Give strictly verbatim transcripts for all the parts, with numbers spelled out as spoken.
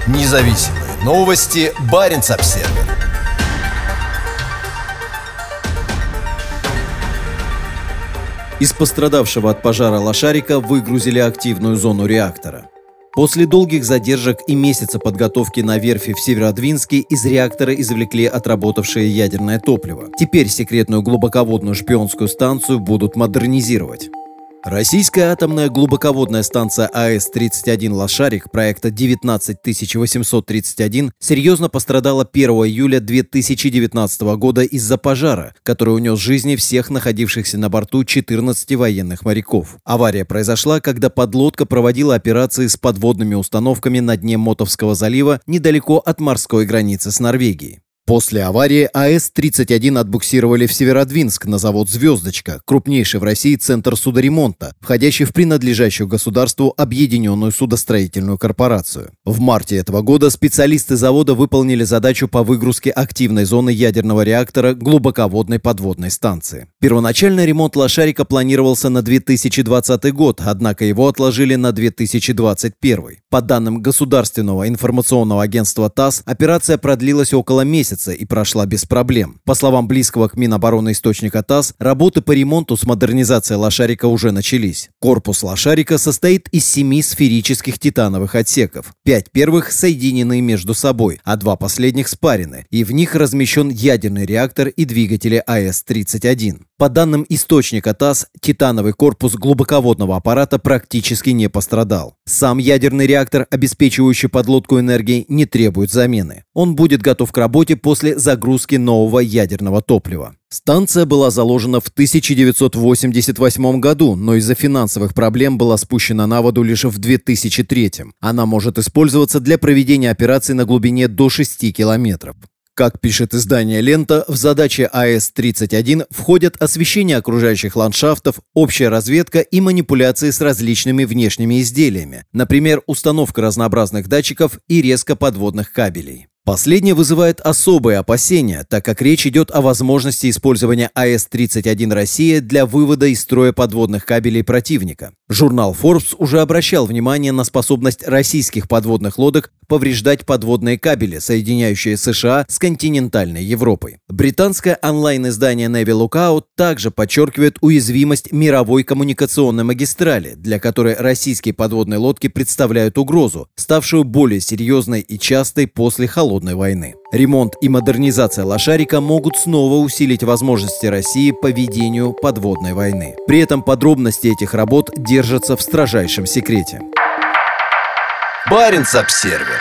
Независимые новости. Баренц-Обсервер. Из пострадавшего от пожара лошарика выгрузили активную зону реактора. После долгих задержек и месяца подготовки на верфи в Северодвинске из реактора извлекли отработавшее ядерное топливо. Теперь секретную глубоководную шпионскую станцию будут модернизировать. Российская атомная глубоководная станция А Эс тридцать один «Лошарик» проекта девятнадцать тысяч восемьсот тридцать один серьезно пострадала первого июля две тысячи девятнадцатого года из-за пожара, который унес жизни всех находившихся на борту четырнадцати военных моряков. Авария произошла, когда подлодка проводила операции с подводными установками на дне Мотовского залива недалеко от морской границы с Норвегией. После аварии А Эс тридцать один отбуксировали в Северодвинск на завод «Звездочка», крупнейший в России центр судоремонта, входящий в принадлежащую государству Объединенную судостроительную корпорацию. В марте этого года специалисты завода выполнили задачу по выгрузке активной зоны ядерного реактора глубоководной подводной станции. Первоначально ремонт «Лошарика» планировался на две тысячи двадцатый год, однако его отложили на две тысячи двадцать первый. По данным Государственного информационного агентства ТАСС, операция продлилась около месяца и прошла без проблем. По словам близкого к Минобороны источника ТАСС, работы по ремонту с модернизацией «Лошарика» уже начались. Корпус «Лошарика» состоит из семи сферических титановых отсеков. Пять первых соединены между собой, а два последних спарены, и в них размещен ядерный реактор и двигатели А Эс тридцать один. По данным источника ТАСС, титановый корпус глубоководного аппарата практически не пострадал. Сам ядерный реактор, обеспечивающий подлодку энергией, не требует замены. Он будет готов к работе после загрузки нового ядерного топлива. Станция была заложена в тысяча девятьсот восемьдесят восьмом году, но из-за финансовых проблем была спущена на воду лишь в две тысячи третьем. Она может использоваться для проведения операций на глубине до шести километров. Как пишет издание «Лента», в задачи А Эс тридцать один входят освещение окружающих ландшафтов, общая разведка и манипуляции с различными внешними изделиями, например, установка разнообразных датчиков и резко подводных кабелей. Последнее вызывает особые опасения, так как речь идет о возможности использования А Эс тридцать один «Россия» для вывода из строя подводных кабелей противника. Журнал Forbes уже обращал внимание на способность российских подводных лодок повреждать подводные кабели, соединяющие США с континентальной Европой. Британское онлайн-издание Navy Lookout также подчеркивает уязвимость мировой коммуникационной магистрали, для которой российские подводные лодки представляют угрозу, ставшую более серьезной и частой после холодной войны. Ремонт и модернизация «Лошарика» могут снова усилить возможности России по ведению подводной войны. При этом подробности этих работ держатся в строжайшем секрете. Баренц-Обсервер.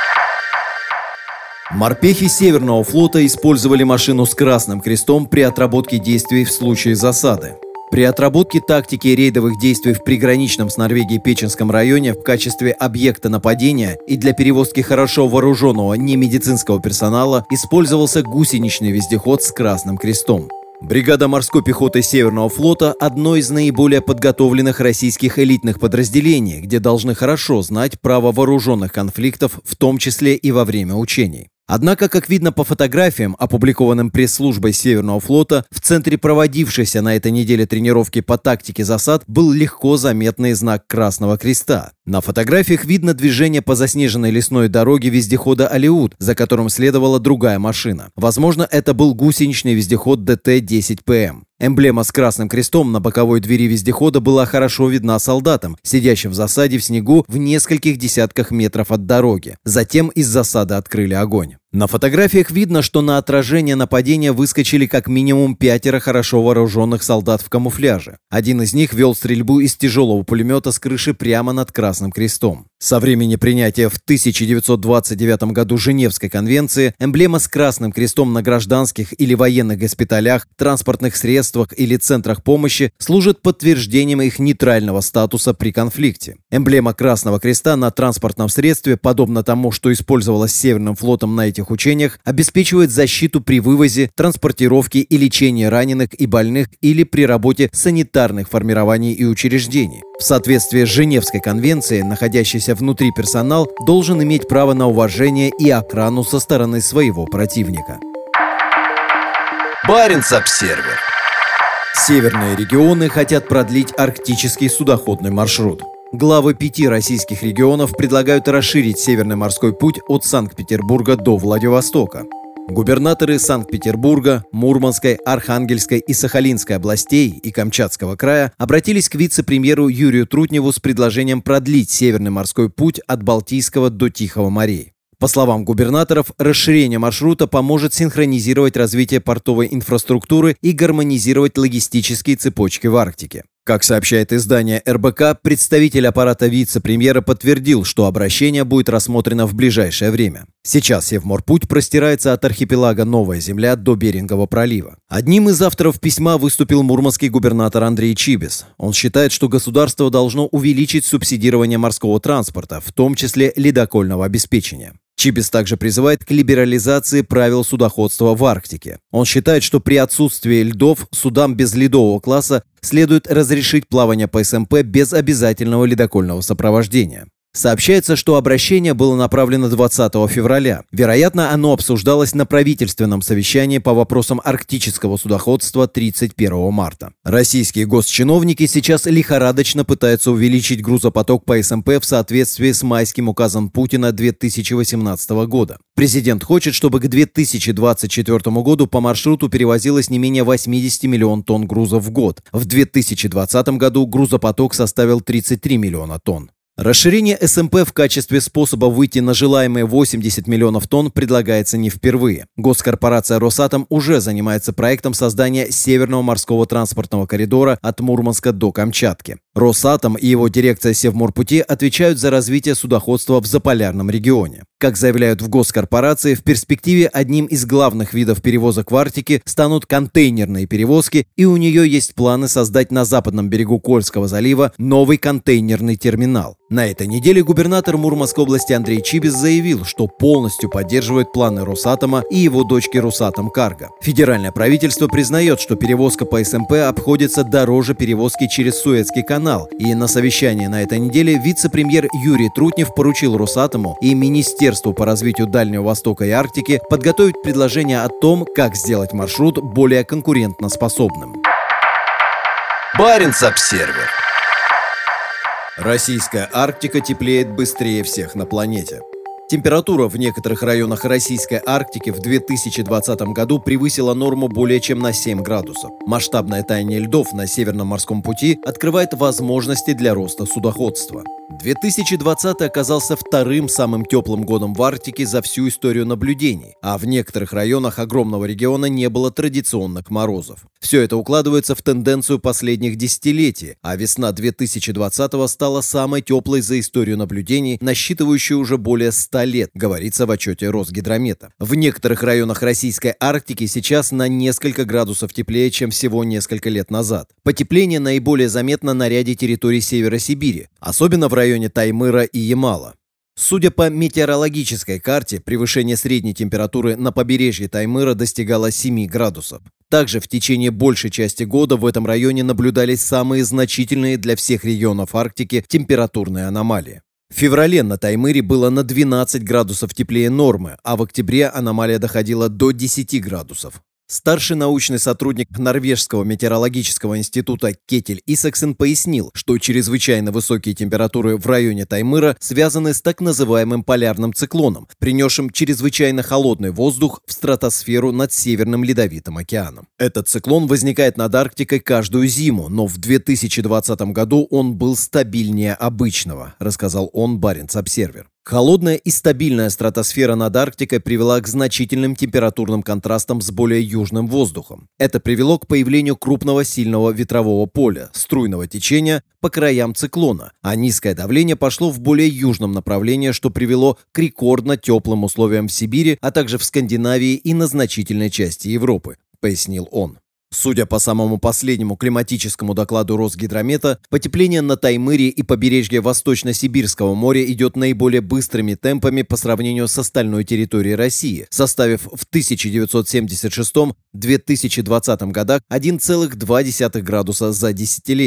Морпехи Северного флота использовали машину с красным крестом при отработке действий в случае засады. При отработке тактики рейдовых действий в приграничном с Норвегией Печенском районе в качестве объекта нападения и для перевозки хорошо вооруженного немедицинского персонала использовался гусеничный вездеход с красным крестом. Бригада морской пехоты Северного флота – одно из наиболее подготовленных российских элитных подразделений, где должны хорошо знать право вооруженных конфликтов, в том числе и во время учений. Однако, как видно по фотографиям, опубликованным пресс-службой Северного флота, в центре проводившейся на этой неделе тренировки по тактике засад был легко заметный знак Красного Креста. На фотографиях видно движение по заснеженной лесной дороге вездехода «Алеут», за которым следовала другая машина. Возможно, это был гусеничный вездеход Дэ Тэ десять Пэ Эм. Эмблема с красным крестом на боковой двери вездехода была хорошо видна солдатам, сидящим в засаде в снегу в нескольких десятках метров от дороги. Затем из засады открыли огонь. На фотографиях видно, что на отражение нападения выскочили как минимум пятеро хорошо вооруженных солдат в камуфляже. Один из них вел стрельбу из тяжелого пулемета с крыши прямо над Красным Крестом. Со времени принятия в тысяча девятьсот двадцать девятом году Женевской конвенции эмблема с Красным Крестом на гражданских или военных госпиталях, транспортных средствах или центрах помощи служит подтверждением их нейтрального статуса при конфликте. Эмблема Красного Креста на транспортном средстве, подобно тому, что использовалось Северным флотом на этих учениях, обеспечивает защиту при вывозе, транспортировке и лечении раненых и больных или при работе санитарных формирований и учреждений. В соответствии с Женевской конвенцией, находящийся внутри персонал должен иметь право на уважение и охрану со стороны своего противника. Баренц-Обсервер. Северные регионы хотят продлить арктический судоходный маршрут. Главы пяти российских регионов предлагают расширить Северный морской путь от Санкт-Петербурга до Владивостока. Губернаторы Санкт-Петербурга, Мурманской, Архангельской и Сахалинской областей и Камчатского края обратились к вице-премьеру Юрию Трутневу с предложением продлить Северный морской путь от Балтийского до Тихого морей. По словам губернаторов, расширение маршрута поможет синхронизировать развитие портовой инфраструктуры и гармонизировать логистические цепочки в Арктике. Как сообщает издание эр бэ ка, представитель аппарата вице-премьера подтвердил, что обращение будет рассмотрено в ближайшее время. Сейчас Севморпуть простирается от архипелага Новая Земля до Берингового пролива. Одним из авторов письма выступил мурманский губернатор Андрей Чибис. Он считает, что государство должно увеличить субсидирование морского транспорта, в том числе ледокольного обеспечения. Чибис также призывает к либерализации правил судоходства в Арктике. Он считает, что при отсутствии льдов судам без ледового класса следует разрешить плавание по эс эм пэ без обязательного ледокольного сопровождения. Сообщается, что обращение было направлено двадцатого февраля. Вероятно, оно обсуждалось на правительственном совещании по вопросам арктического судоходства тридцать первого марта. Российские госчиновники сейчас лихорадочно пытаются увеличить грузопоток по эс эм пэ в соответствии с майским указом Путина две тысячи восемнадцатого года. Президент хочет, чтобы к две тысячи двадцать четвёртому году по маршруту перевозилось не менее восемьдесят миллионов тонн грузов в год. В две тысячи двадцатом году грузопоток составил тридцать три миллиона тонн. Расширение эс эм пэ в качестве способа выйти на желаемые восемьдесят миллионов тонн предлагается не впервые. Госкорпорация «Росатом» уже занимается проектом создания Северного морского транспортного коридора от Мурманска до Камчатки. «Росатом» и его дирекция Севморпути отвечают за развитие судоходства в заполярном регионе. Как заявляют в госкорпорации, в перспективе одним из главных видов перевозок в Арктике станут контейнерные перевозки, и у нее есть планы создать на западном берегу Кольского залива новый контейнерный терминал. На этой неделе губернатор Мурманской области Андрей Чибис заявил, что полностью поддерживает планы «Росатома» и его дочки «Росатом Карго». Федеральное правительство признает, что перевозка по эс эм пэ обходится дороже перевозки через Суэцкий канал, и на совещании на этой неделе вице-премьер Юрий Трутнев поручил «Росатому» и Министерству по развитию Дальнего Востока и Арктики подготовить предложение о том, как сделать маршрут более конкурентоспособным. Баренц-Обсервер. Российская Арктика теплеет быстрее всех на планете. Температура в некоторых районах российской Арктики в две тысячи двадцатом году превысила норму более чем на семь градусов. Масштабное таяние льдов на Северном морском пути открывает возможности для роста судоходства. две тысячи двадцатый оказался вторым самым теплым годом в Арктике за всю историю наблюдений, а в некоторых районах огромного региона не было традиционных морозов. Все это укладывается в тенденцию последних десятилетий, а весна две тысячи двадцатого стала самой теплой за историю наблюдений, насчитывающей уже более ста лет, говорится в отчете Росгидромета. В некоторых районах российской Арктики сейчас на несколько градусов теплее, чем всего несколько лет назад. Потепление наиболее заметно на ряде территорий Севера Сибири, особенно в районе Таймыра и Ямала. Судя по метеорологической карте, превышение средней температуры на побережье Таймыра достигало семи градусов. Также в течение большей части года в этом районе наблюдались самые значительные для всех регионов Арктики температурные аномалии. В феврале на Таймыре было на двенадцать градусов теплее нормы, а в октябре аномалия доходила до десяти градусов. Старший научный сотрудник Норвежского метеорологического института Кетель Исаксен пояснил, что чрезвычайно высокие температуры в районе Таймыра связаны с так называемым полярным циклоном, принесшим чрезвычайно холодный воздух в стратосферу над Северным Ледовитым океаном. Этот циклон возникает над Арктикой каждую зиму, но в две тысячи двадцатом году он был стабильнее обычного, рассказал он Баренц-Обсервер. Холодная и стабильная стратосфера над Арктикой привела к значительным температурным контрастам с более южным воздухом. Это привело к появлению крупного сильного ветрового поля, струйного течения по краям циклона, а низкое давление пошло в более южном направлении, что привело к рекордно теплым условиям в Сибири, а также в Скандинавии и на значительной части Европы, пояснил он. Судя по самому последнему климатическому докладу Росгидромета, потепление на Таймыре и побережье Восточно-Сибирского моря идет наиболее быстрыми темпами по сравнению с остальной территорией России, составив в тысяча девятьсот семьдесят шестом — две тысячи двадцатом годах один целых два десятых градуса за десятилетие.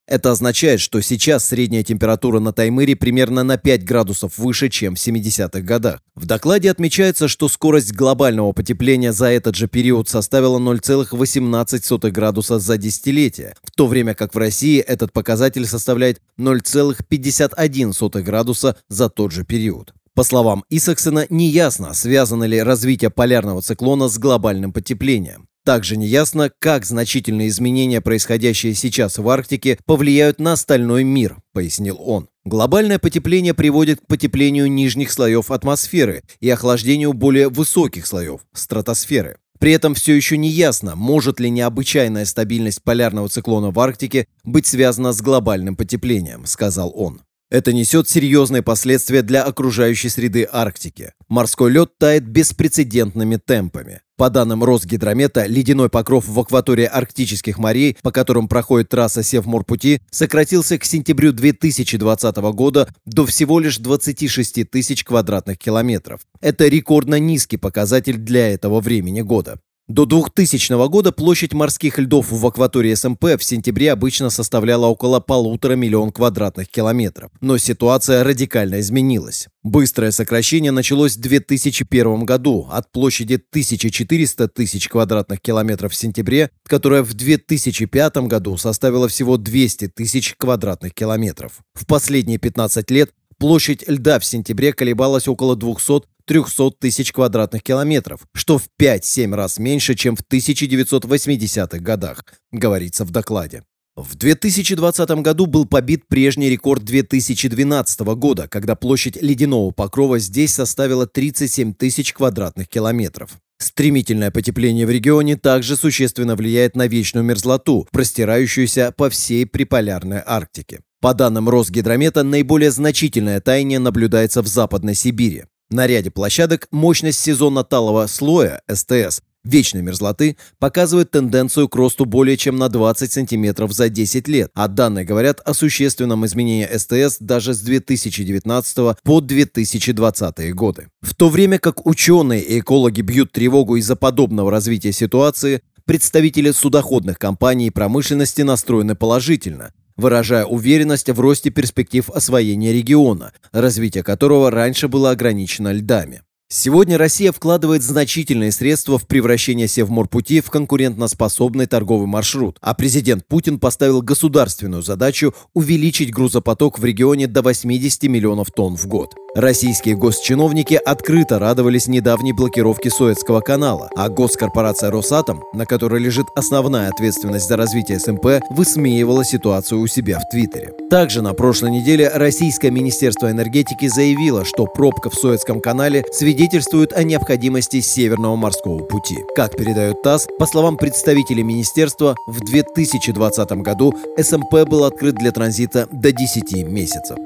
Это означает, что сейчас средняя температура на Таймыре примерно на пять градусов выше, чем в семидесятых годах. В докладе отмечается, что скорость глобального потепления за этот же период составила ноль целых восемнадцать сотых градуса за десятилетие, в то время как в России этот показатель составляет ноль целых пятьдесят один сотых градуса за тот же период. По словам Исаксена, неясно, связано ли развитие полярного циклона с глобальным потеплением. Также неясно, как значительные изменения, происходящие сейчас в Арктике, повлияют на остальной мир, пояснил он. Глобальное потепление приводит к потеплению нижних слоев атмосферы и охлаждению более высоких слоев – стратосферы. При этом все еще не ясно, может ли необычайная стабильность полярного циклона в Арктике быть связана с глобальным потеплением, сказал он. Это несет серьезные последствия для окружающей среды Арктики. Морской лед тает беспрецедентными темпами. По данным Росгидромета, ледяной покров в акватории арктических морей, по которым проходит трасса Севморпути, сократился к сентябрю две тысячи двадцатого года до всего лишь двадцати шести тысяч квадратных километров. Это рекордно низкий показатель для этого времени года. До двухтысячного года площадь морских льдов в акватории СМП в сентябре обычно составляла около полутора миллион квадратных километров. Но ситуация радикально изменилась. Быстрое сокращение началось в две тысячи первом году от площади тысяча четыреста тысяч квадратных километров в сентябре, которая в две тысячи пятом году составила всего двести тысяч квадратных километров. В последние пятнадцать лет площадь льда в сентябре колебалась около двухсот-трехсот тысяч квадратных километров, что в пять-семь раз меньше, чем в тысяча девятьсот восьмидесятых годах, говорится в докладе. В две тысячи двадцатом году был побит прежний рекорд две тысячи двенадцатого года, когда площадь ледяного покрова здесь составила тридцать семь тысяч квадратных километров. Стремительное потепление в регионе также существенно влияет на вечную мерзлоту, простирающуюся по всей приполярной Арктике. По данным Росгидромета, наиболее значительное таяние наблюдается в Западной Сибири. На ряде площадок мощность сезонно-талого слоя, СТС, вечной мерзлоты показывает тенденцию к росту более чем на двадцать сантиметров за десять лет, а данные говорят о существенном изменении СТС даже с две тысячи девятнадцатого по две тысячи двадцатые годы. В то время как ученые и экологи бьют тревогу из-за подобного развития ситуации, представители судоходных компаний и промышленности настроены положительно, выражая уверенность в росте перспектив освоения региона, развитие которого раньше было ограничено льдами. Сегодня Россия вкладывает значительные средства в превращение Севморпути в конкурентоспособный торговый маршрут, а президент Путин поставил государственную задачу увеличить грузопоток в регионе до восьмидесяти миллионов тонн в год. Российские госчиновники открыто радовались недавней блокировке Суэцкого канала, а госкорпорация «Росатом», на которой лежит основная ответственность за развитие СМП, высмеивала ситуацию у себя в Твиттере. Также на прошлой неделе Российское министерство энергетики заявило, что пробка в Суэцком канале свидетельствует о необходимости Северного морского пути. Как передает ТАСС, по словам представителей министерства, в две тысячи двадцатом году СМП был открыт для транзита до десяти месяцев.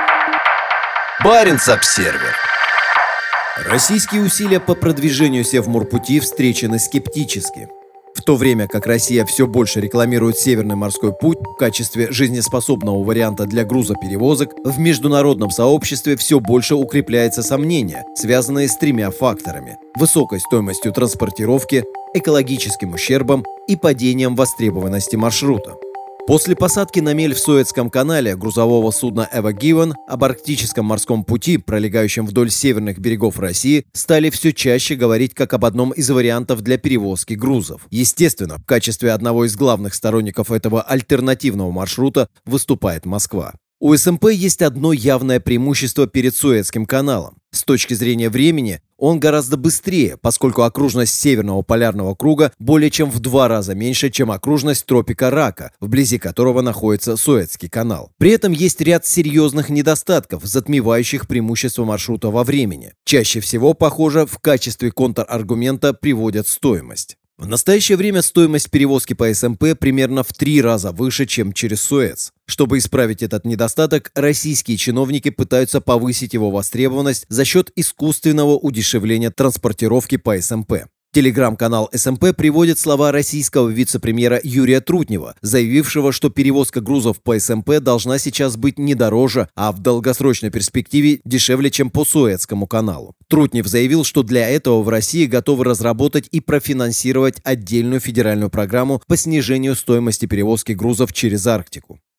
Баренц-Обсервер. Российские усилия по продвижению Севморпути встречены скептически. В то время как Россия все больше рекламирует Северный морской путь в качестве жизнеспособного варианта для грузоперевозок, в международном сообществе все больше укрепляется сомнение, связанные с тремя факторами – высокой стоимостью транспортировки, экологическим ущербом и падением востребованности маршрута. После посадки на мель в Суэцком канале грузового судна Ever Given об арктическом морском пути, пролегающем вдоль северных берегов России, стали все чаще говорить как об одном из вариантов для перевозки грузов. Естественно, в качестве одного из главных сторонников этого альтернативного маршрута выступает Москва. У СМП есть одно явное преимущество перед Суэцким каналом. С точки зрения времени он гораздо быстрее, поскольку окружность Северного полярного круга более чем в два раза меньше, чем окружность тропика Рака, вблизи которого находится Суэцкий канал. При этом есть ряд серьезных недостатков, затмевающих преимущество маршрута во времени. Чаще всего, похоже, в качестве контраргумента приводят стоимость. В настоящее время стоимость перевозки по СМП примерно в три раза выше, чем через Суэц. Чтобы исправить этот недостаток, российские чиновники пытаются повысить его востребованность за счет искусственного удешевления транспортировки по СМП. Телеграм-канал СМП приводит слова российского вице-премьера Юрия Трутнева, заявившего, что перевозка грузов по СМП должна сейчас быть не дороже, а в долгосрочной перспективе дешевле, чем по Суэцкому каналу. Трутнев заявил, что для этого в России готовы разработать и профинансировать отдельную федеральную программу по снижению стоимости перевозки грузов через Арктику.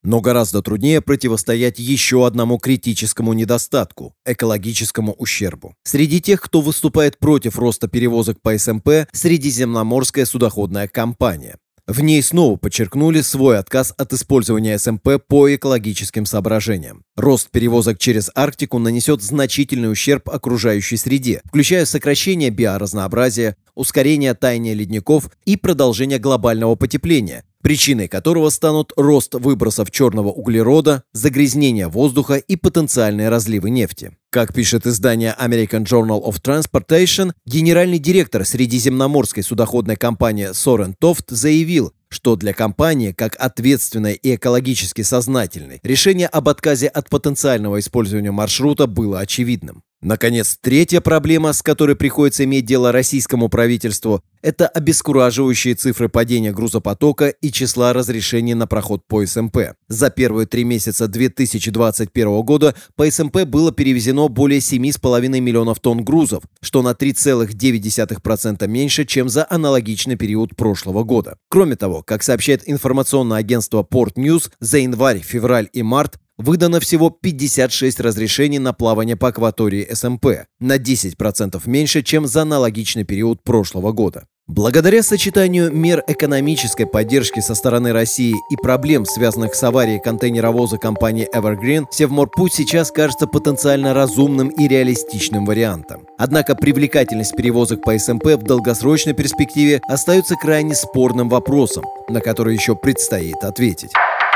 Но гораздо труднее противостоять еще одному критическому недостатку – экологическому ущербу. Среди тех, кто выступает против роста перевозок по эс эм пэ, Средиземноморская судоходная компания. В ней снова подчеркнули свой отказ от использования эс эм пэ по экологическим соображениям. Рост перевозок через Арктику нанесет значительный ущерб окружающей среде, включая сокращение биоразнообразия, ускорение таяния ледников и продолжение глобального потепления, причиной которого станут рост выбросов черного углерода, загрязнение воздуха и потенциальные разливы нефти. Как пишет издание American Journal of Transportation, генеральный директор Средиземноморской судоходной компании Сорен Тофт заявил, что для компании, как ответственной и экологически сознательной, решение об отказе от потенциального использования маршрута было очевидным. Наконец, третья проблема, с которой приходится иметь дело российскому правительству, это обескураживающие цифры падения грузопотока и числа разрешений на проход по эс эм пэ. За первые три месяца две тысячи двадцать первого года по эс эм пэ было перевезено более семи с половиной миллионов тонн грузов, что на три целых девять десятых процента меньше, чем за аналогичный период прошлого года. Кроме того, как сообщает информационное агентство Port News, за январь, февраль и март выдано всего пятьдесят шесть разрешений на плавание по акватории эс эм пэ, на десять процентов меньше, чем за аналогичный период прошлого года. Благодаря сочетанию мер экономической поддержки со стороны России и проблем, связанных с аварией контейнеровоза компании Evergreen, Севморпуть сейчас кажется потенциально разумным и реалистичным вариантом. Однако привлекательность перевозок по эс эм пэ в долгосрочной перспективе остается крайне спорным вопросом, на который еще предстоит ответить.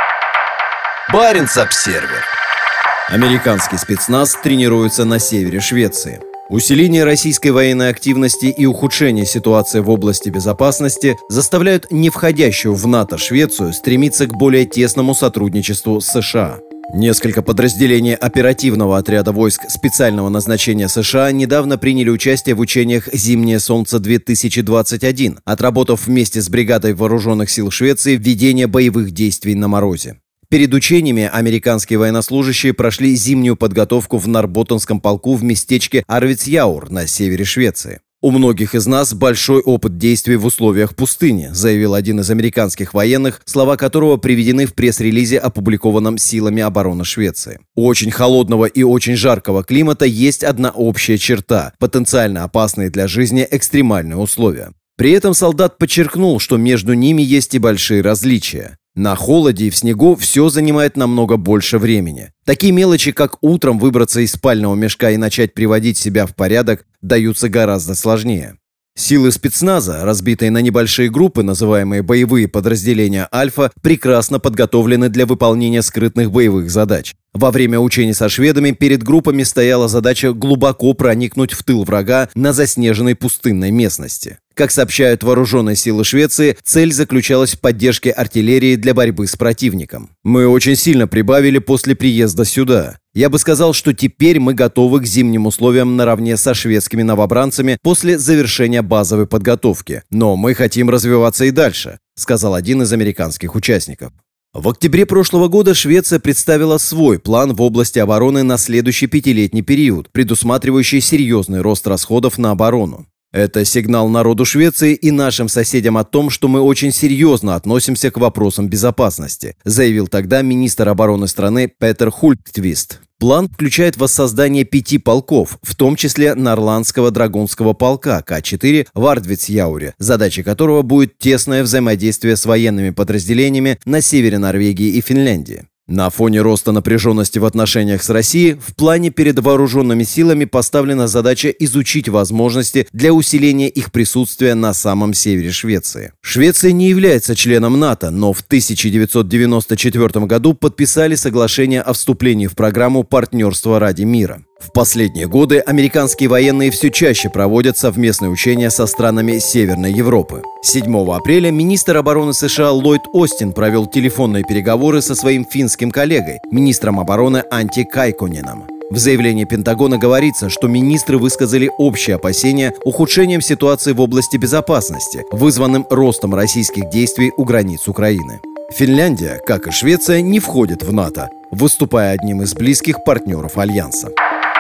Баренц-Обсервер. Американский спецназ тренируется на севере Швеции. Усиление российской военной активности и ухудшение ситуации в области безопасности заставляют не входящую в НАТО Швецию стремиться к более тесному сотрудничеству с США. Несколько подразделений оперативного отряда войск специального назначения США недавно приняли участие в учениях «Зимнее солнце-две тысячи двадцать один», отработав вместе с бригадой вооруженных сил Швеции введение боевых действий на морозе. Перед учениями американские военнослужащие прошли зимнюю подготовку в Норрботтенском полку в местечке Арвицьяур на севере Швеции. «У многих из нас большой опыт действий в условиях пустыни», заявил один из американских военных, слова которого приведены в пресс-релизе, опубликованном силами обороны Швеции. У очень холодного и очень жаркого климата есть одна общая черта – потенциально опасные для жизни экстремальные условия. При этом солдат подчеркнул, что между ними есть и большие различия. На холоде и в снегу все занимает намного больше времени. Такие мелочи, как утром выбраться из спального мешка и начать приводить себя в порядок, даются гораздо сложнее. Силы спецназа, разбитые на небольшие группы, называемые боевые подразделения «Альфа», прекрасно подготовлены для выполнения скрытных боевых задач. Во время учений со шведами перед группами стояла задача глубоко проникнуть в тыл врага на заснеженной пустынной местности. Как сообщают вооруженные силы Швеции, цель заключалась в поддержке артиллерии для борьбы с противником. «Мы очень сильно прибавили после приезда сюда. Я бы сказал, что теперь мы готовы к зимним условиям наравне со шведскими новобранцами после завершения базовой подготовки. Но мы хотим развиваться и дальше», сказал один из американских участников. В октябре прошлого года Швеция представила свой план в области обороны на следующий пятилетний период, предусматривающий серьезный рост расходов на оборону. «Это сигнал народу Швеции и нашим соседям о том, что мы очень серьезно относимся к вопросам безопасности», заявил тогда министр обороны страны Петер Хультвист. План включает воссоздание пяти полков, в том числе Норландского драгунского полка К четыре в Ардвицьяуре, задачей которого будет тесное взаимодействие с военными подразделениями на севере Норвегии и Финляндии. На фоне роста напряженности в отношениях с Россией в плане перед вооруженными силами поставлена задача изучить возможности для усиления их присутствия на самом севере Швеции. Швеция не является членом НАТО, но в тысяча девятьсот девяносто четвёртом году подписали соглашение о вступлении в программу партнерства ради мира. В последние годы американские военные все чаще проводят совместные учения со странами Северной Европы. седьмого апреля министр обороны США Ллойд Остин провел телефонные переговоры со своим финским коллегой, министром обороны Анти Kaikkoneном. В заявлении Пентагона говорится, что министры высказали общие опасения ухудшением ситуации в области безопасности, вызванным ростом российских действий у границ Украины. Финляндия, как и Швеция, не входит в НАТО, выступая одним из близких партнеров Альянса.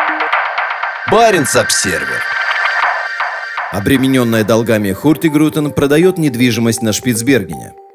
Баренц-Обсервер. Обремененная долгами Хуртигрутен продает недвижимость на Шпицбергене.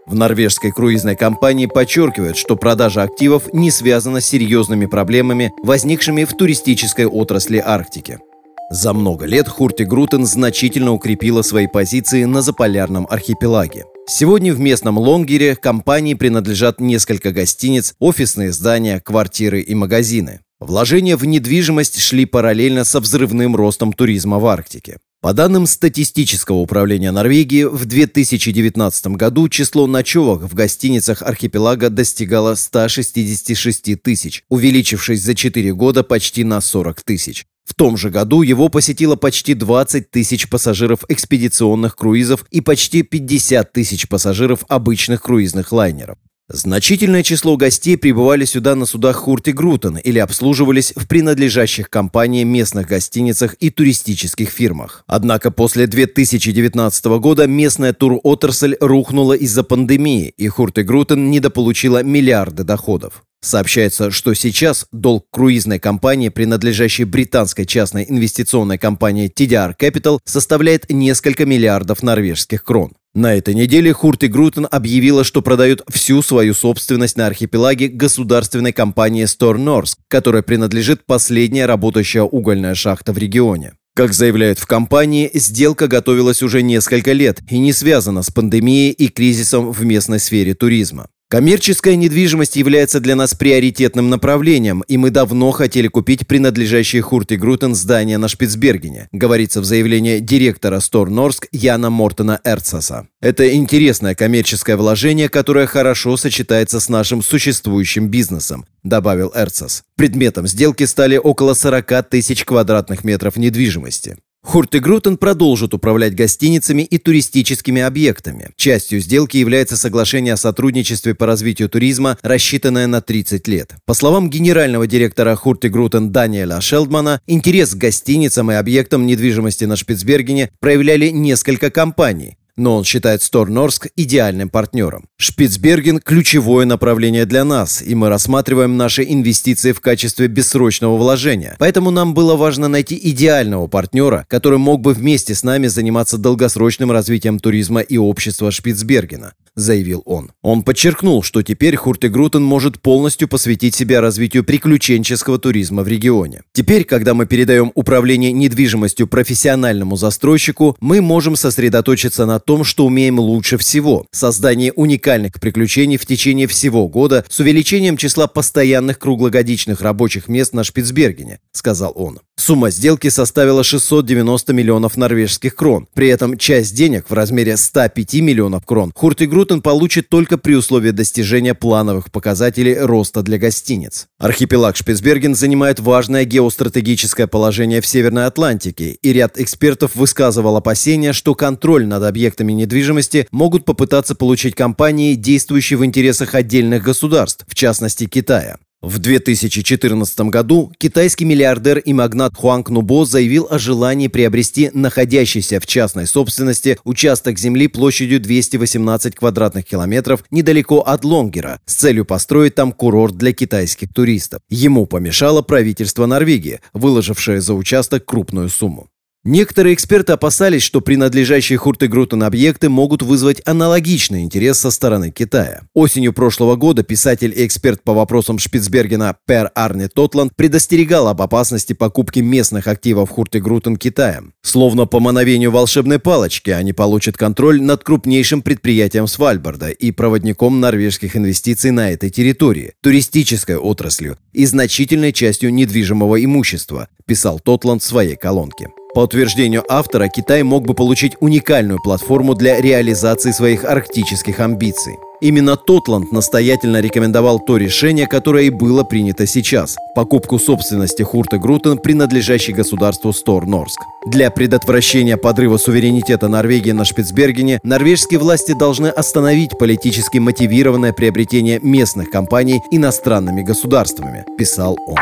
В норвежской круизной компании подчеркивают, что продажа активов не связана с серьезными проблемами, возникшими в туристической отрасли Арктики. За много лет Хуртигрутен значительно укрепила свои позиции на заполярном архипелаге. Сегодня в местном Лонгере компании принадлежат несколько гостиниц, офисные здания, квартиры и магазины. Вложения в недвижимость шли параллельно со взрывным ростом туризма в Арктике. По данным статистического управления Норвегии, в две тысячи девятнадцатом году число ночевок в гостиницах архипелага достигало ста шестидесяти шести тысяч, увеличившись за четыре года почти на сорок тысяч. В том же году его посетило почти двадцать тысяч пассажиров экспедиционных круизов и почти пятьдесят тысяч пассажиров обычных круизных лайнеров. Значительное число гостей прибывали сюда на судах Хуртигрутен или обслуживались в принадлежащих компании местных гостиницах и туристических фирмах. Однако после две тысячи девятнадцатого года местная туротрасль рухнула из-за пандемии, и Хуртигрутен недополучила миллиарды доходов. Сообщается, что сейчас долг круизной компании, принадлежащей британской частной инвестиционной компании ти ди ар Capital, составляет несколько миллиардов норвежских крон. На этой неделе Хуртигрутен объявила, что продает всю свою собственность на архипелаге государственной компании Store Norsk, которой принадлежит последняя работающая угольная шахта в регионе. Как заявляют в компании, сделка готовилась уже несколько лет и не связана с пандемией и кризисом в местной сфере туризма. Коммерческая недвижимость является для нас приоритетным направлением, и мы давно хотели купить принадлежащее Хуртигрутен здание на Шпицбергене, говорится в заявлении директора Store Norsk Яна Мортена Эрцаса. Это интересное коммерческое вложение, которое хорошо сочетается с нашим существующим бизнесом, добавил Эрцас. Предметом сделки стали около сорока тысяч квадратных метров недвижимости. Хуртигрутен продолжит управлять гостиницами и туристическими объектами. Частью сделки является соглашение о сотрудничестве по развитию туризма, рассчитанное на тридцать лет. По словам генерального директора Хуртигрутен Даниэля Шелдмана, интерес к гостиницам и объектам недвижимости на Шпицбергене проявляли несколько компаний, но он считает Store Norsk идеальным партнером. Шпицберген – ключевое направление для нас, и мы рассматриваем наши инвестиции в качестве бессрочного вложения. Поэтому нам было важно найти идеального партнера, который мог бы вместе с нами заниматься долгосрочным развитием туризма и общества Шпицбергена, заявил он. Он подчеркнул, что теперь Хуртигрутен может полностью посвятить себя развитию приключенческого туризма в регионе. Теперь, когда мы передаем управление недвижимостью профессиональному застройщику, мы можем сосредоточиться на том, что умеем лучше всего – создание уникальных приключений в течение всего года с увеличением числа постоянных круглогодичных рабочих мест на Шпицбергене, сказал он. Сумма сделки составила шестьсот девяносто миллионов норвежских крон. При этом часть денег в размере ста пяти миллионов крон Хуртигрутен получит только при условии достижения плановых показателей роста для гостиниц. Архипелаг Шпицберген занимает важное геостратегическое положение в Северной Атлантике, и ряд экспертов высказывал опасения, что контроль над объектами недвижимости могут попытаться получить компании, действующие в интересах отдельных государств, в частности Китая. В две тысячи четырнадцатом году китайский миллиардер и магнат Хуанг Нубо заявил о желании приобрести находящийся в частной собственности участок земли площадью двести восемнадцать квадратных километров недалеко от Лонгера с целью построить там курорт для китайских туристов. Ему помешало правительство Норвегии, выложившее за участок крупную сумму. Некоторые эксперты опасались, что принадлежащие Хуртигрутен объекты могут вызвать аналогичный интерес со стороны Китая. Осенью прошлого года писатель и эксперт по вопросам Шпицбергена Пер Арне Тотланд предостерегал об опасности покупки местных активов Хуртигрутен Китаем. Словно по мановению волшебной палочки они получат контроль над крупнейшим предприятием Свальбарда и проводником норвежских инвестиций на этой территории, туристической отраслью и значительной частью недвижимого имущества, писал Тотланд в своей колонке. По утверждению автора, Китай мог бы получить уникальную платформу для реализации своих арктических амбиций. Именно Тотланд настоятельно рекомендовал то решение, которое и было принято сейчас – покупку собственности Хуртигрутен, принадлежащей государству Store Norsk. Для предотвращения подрыва суверенитета Норвегии на Шпицбергене норвежские власти должны остановить политически мотивированное приобретение местных компаний иностранными государствами, писал он.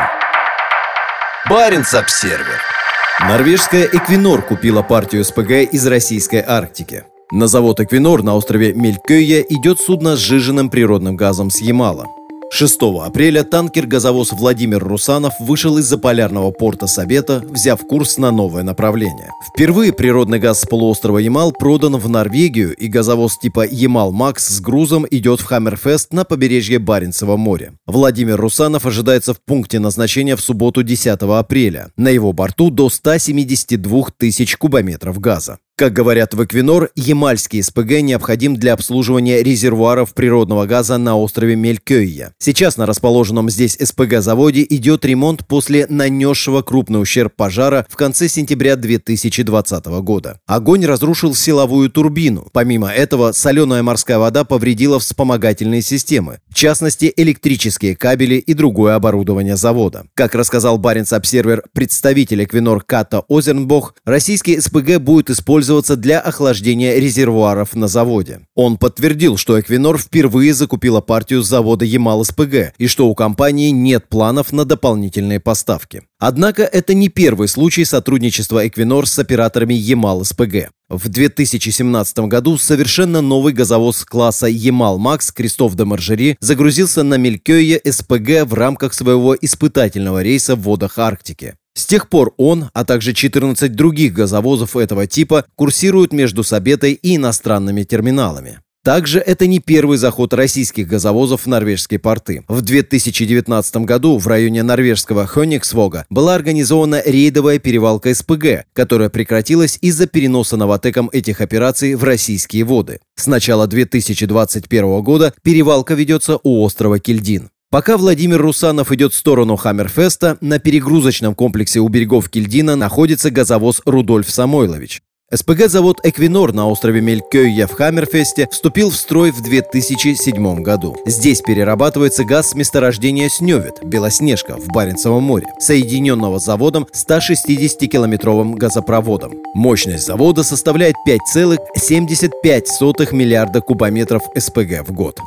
Баренц-Обсервер. Норвежская Эквинор купила партию СПГ из российской Арктики. На завод Эквинор на острове Мелькøya идет судно с сжиженным природным газом с Ямала. шестого апреля танкер-газовоз «Владимир Русанов» вышел из заполярного порта Сабета, взяв курс на новое направление. Впервые природный газ с полуострова Ямал продан в Норвегию, и газовоз типа «Ямал-Макс» с грузом идет в Хаммерфест на побережье Баренцева моря. Владимир Русанов ожидается в пункте назначения в субботу десятого апреля. На его борту до ста семидесяти двух тысяч кубометров газа. Как говорят в Эквинор, ямальский СПГ необходим для обслуживания резервуаров природного газа на острове Мелькёйя. Сейчас на расположенном здесь СПГ-заводе идет ремонт после нанесшего крупный ущерб пожара в конце сентября две тысячи двадцатого года. Огонь разрушил силовую турбину. Помимо этого, соленая морская вода повредила вспомогательные системы, в частности, электрические кабели и другое оборудование завода. Как рассказал Баренц-Обсервер представитель Эквинор Ката Озернбох, российский СПГ будет использоваться для охлаждения резервуаров на заводе. Он подтвердил, что Эквинор впервые закупила партию с завода Ямал-СПГ и что у компании нет планов на дополнительные поставки. Однако это не первый случай сотрудничества Эквинор с операторами Ямал-СПГ. В две тысячи семнадцатом году совершенно новый газовоз класса «Ямал-Макс» Кристоф де Маржери загрузился на Мелькёйе СПГ в рамках своего испытательного рейса в водах Арктики. С тех пор он, а также четырнадцать других газовозов этого типа курсируют между Сабетой и иностранными терминалами. Также это не первый заход российских газовозов в норвежские порты. В две тысячи девятнадцатом году в районе норвежского Хёнигсвога была организована рейдовая перевалка СПГ, которая прекратилась из-за переноса новатэком этих операций в российские воды. С начала две тысячи двадцать первого года перевалка ведется у острова Кильдин. Пока Владимир Русанов идет в сторону Хаммерфеста, на перегрузочном комплексе у берегов Кильдина находится газовоз «Рудольф Самойлович». СПГ-завод «Эквинор» на острове Мелькёйя в Хаммерфесте вступил в строй в две тысячи седьмом году. Здесь перерабатывается газ с месторождения Снёвит, Белоснежка, в Баренцевом море, соединенного с заводом ста шестидесятикилометровым газопроводом. Мощность завода составляет пять целых семьдесят пять сотых миллиарда кубометров СПГ в год.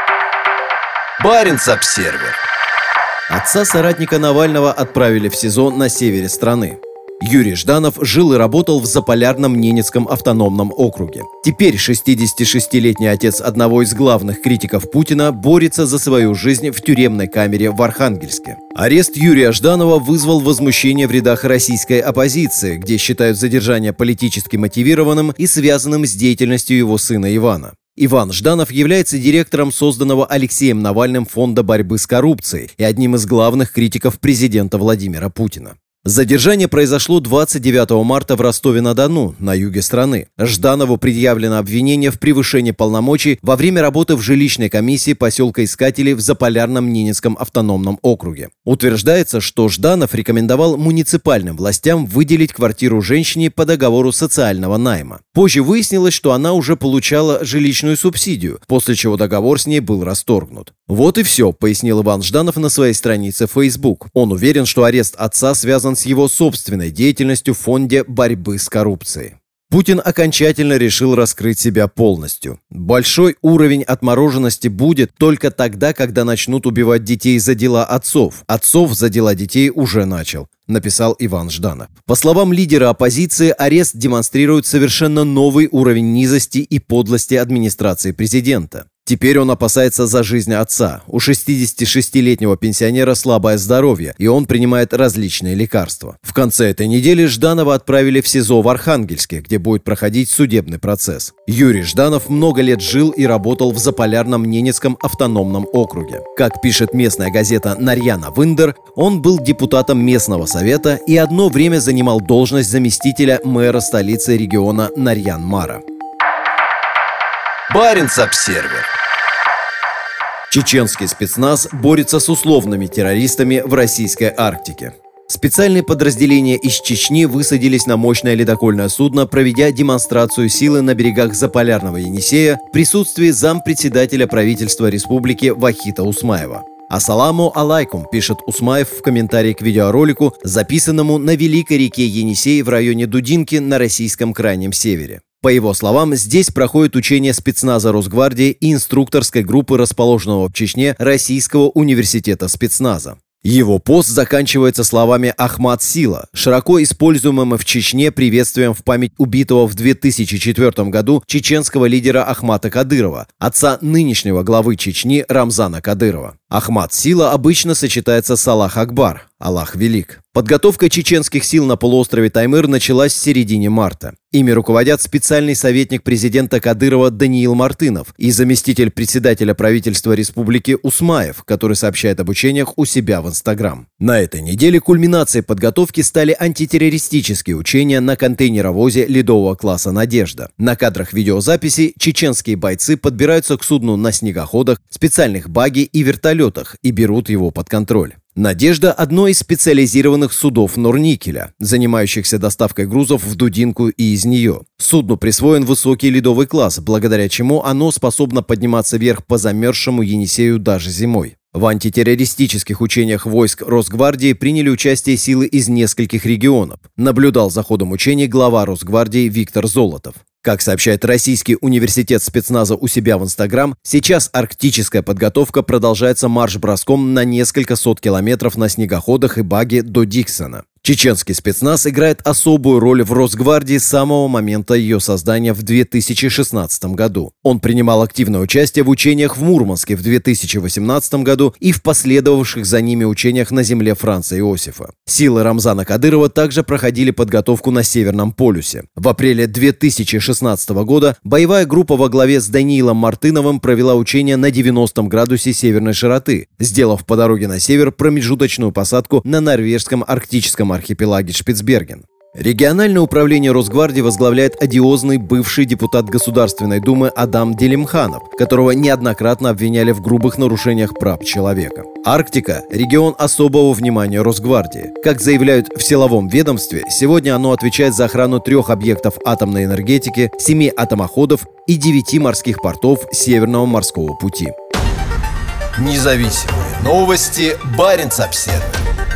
Баренц-Обсервер. Отца соратника Навального отправили в СИЗО на севере страны. Юрий Жданов жил и работал в Заполярном Ненецком автономном округе. Теперь шестидесятишестилетний отец одного из главных критиков Путина борется за свою жизнь в тюремной камере в Архангельске. Арест Юрия Жданова вызвал возмущение в рядах российской оппозиции, где считают задержание политически мотивированным и связанным с деятельностью его сына Ивана. Иван Жданов является директором созданного Алексеем Навальным фонда борьбы с коррупцией и одним из главных критиков президента Владимира Путина. Задержание произошло двадцать девятого марта в Ростове-на-Дону, на юге страны. Жданову предъявлено обвинение в превышении полномочий во время работы в жилищной комиссии поселка Искателей в Заполярном Ненецком автономном округе. Утверждается, что Жданов рекомендовал муниципальным властям выделить квартиру женщине по договору социального найма. Позже выяснилось, что она уже получала жилищную субсидию, после чего договор с ней был расторгнут. Вот и все, пояснил Иван Жданов на своей странице в Facebook. Он уверен, что арест отца связан с его собственной деятельностью в фонде борьбы с коррупцией. Путин окончательно решил раскрыть себя полностью. Большой уровень отмороженности будет только тогда, когда начнут убивать детей за дела отцов. Отцов за дела детей уже начал, написал Иван Жданов. По словам лидера оппозиции, арест демонстрирует совершенно новый уровень низости и подлости администрации президента. Теперь он опасается за жизнь отца. У шестидесятишестилетнего пенсионера слабое здоровье, и он принимает различные лекарства. В конце этой недели Жданова отправили в СИЗО в Архангельске, где будет проходить судебный процесс. Юрий Жданов много лет жил и работал в Заполярном Ненецком автономном округе. Как пишет местная газета «Нарьяна Виндер», он был депутатом местного совета и одно время занимал должность заместителя мэра столицы региона Нарьян-Мара. Баренц-Обсервер. Чеченский спецназ борется с условными террористами в российской Арктике. Специальные подразделения из Чечни высадились на мощное ледокольное судно, проведя демонстрацию силы на берегах Заполярного Енисея в присутствии зампредседателя правительства республики Вахита Усмаева. «Ассаламу алайкум», пишет Усмаев в комментарии к видеоролику, записанному на Великой реке Енисей в районе Дудинки на российском крайнем севере. По его словам, здесь проходит учение спецназа Росгвардии и инструкторской группы, расположенного в Чечне Российского университета спецназа. Его пост заканчивается словами «Ахмат Сила», широко используемым в Чечне приветствием в память убитого в две тысячи четвёртом году чеченского лидера Ахмата Кадырова, отца нынешнего главы Чечни Рамзана Кадырова. Ахмад Сила обычно сочетается с Аллах Акбар, Аллах Велик. Подготовка чеченских сил на полуострове Таймыр началась в середине марта. Ими руководят специальный советник президента Кадырова Даниил Мартынов и заместитель председателя правительства республики Усмаев, который сообщает об учениях у себя в Инстаграм. На этой неделе кульминацией подготовки стали антитеррористические учения на контейнеровозе ледового класса «Надежда». На кадрах видеозаписи чеченские бойцы подбираются к судну на снегоходах, специальных багги и вертолетах и берут его под контроль. «Надежда» – одно из специализированных судов Норникеля, занимающихся доставкой грузов в Дудинку и из нее. Судну присвоен высокий ледовый класс, благодаря чему оно способно подниматься вверх по замерзшему Енисею даже зимой. В антитеррористических учениях войск Росгвардии приняли участие силы из нескольких регионов. Наблюдал за ходом учений глава Росгвардии Виктор Золотов. Как сообщает Российский университет спецназа у себя в Инстаграм, сейчас арктическая подготовка продолжается марш-броском на несколько сот километров на снегоходах и багги до Диксона. Чеченский спецназ играет особую роль в Росгвардии с самого момента ее создания в две тысячи шестнадцатом году. Он принимал активное участие в учениях в Мурманске в две тысячи восемнадцатом году и в последовавших за ними учениях на земле Франца Иосифа. Силы Рамзана Кадырова также проходили подготовку на Северном полюсе. В апреле две тысячи шестнадцатого года боевая группа во главе с Даниилом Мартыновым провела учения на девяностом градусе северной широты, сделав по дороге на север промежуточную посадку на норвежском арктическом архипелаге Шпицберген. Региональное управление Росгвардии возглавляет одиозный бывший депутат Государственной Думы Адам Делимханов, которого неоднократно обвиняли в грубых нарушениях прав человека. Арктика – регион особого внимания Росгвардии. Как заявляют в силовом ведомстве, сегодня оно отвечает за охрану трех объектов атомной энергетики, семи атомоходов и девяти морских портов Северного морского пути. Независимые новости. Баренц-Обседный.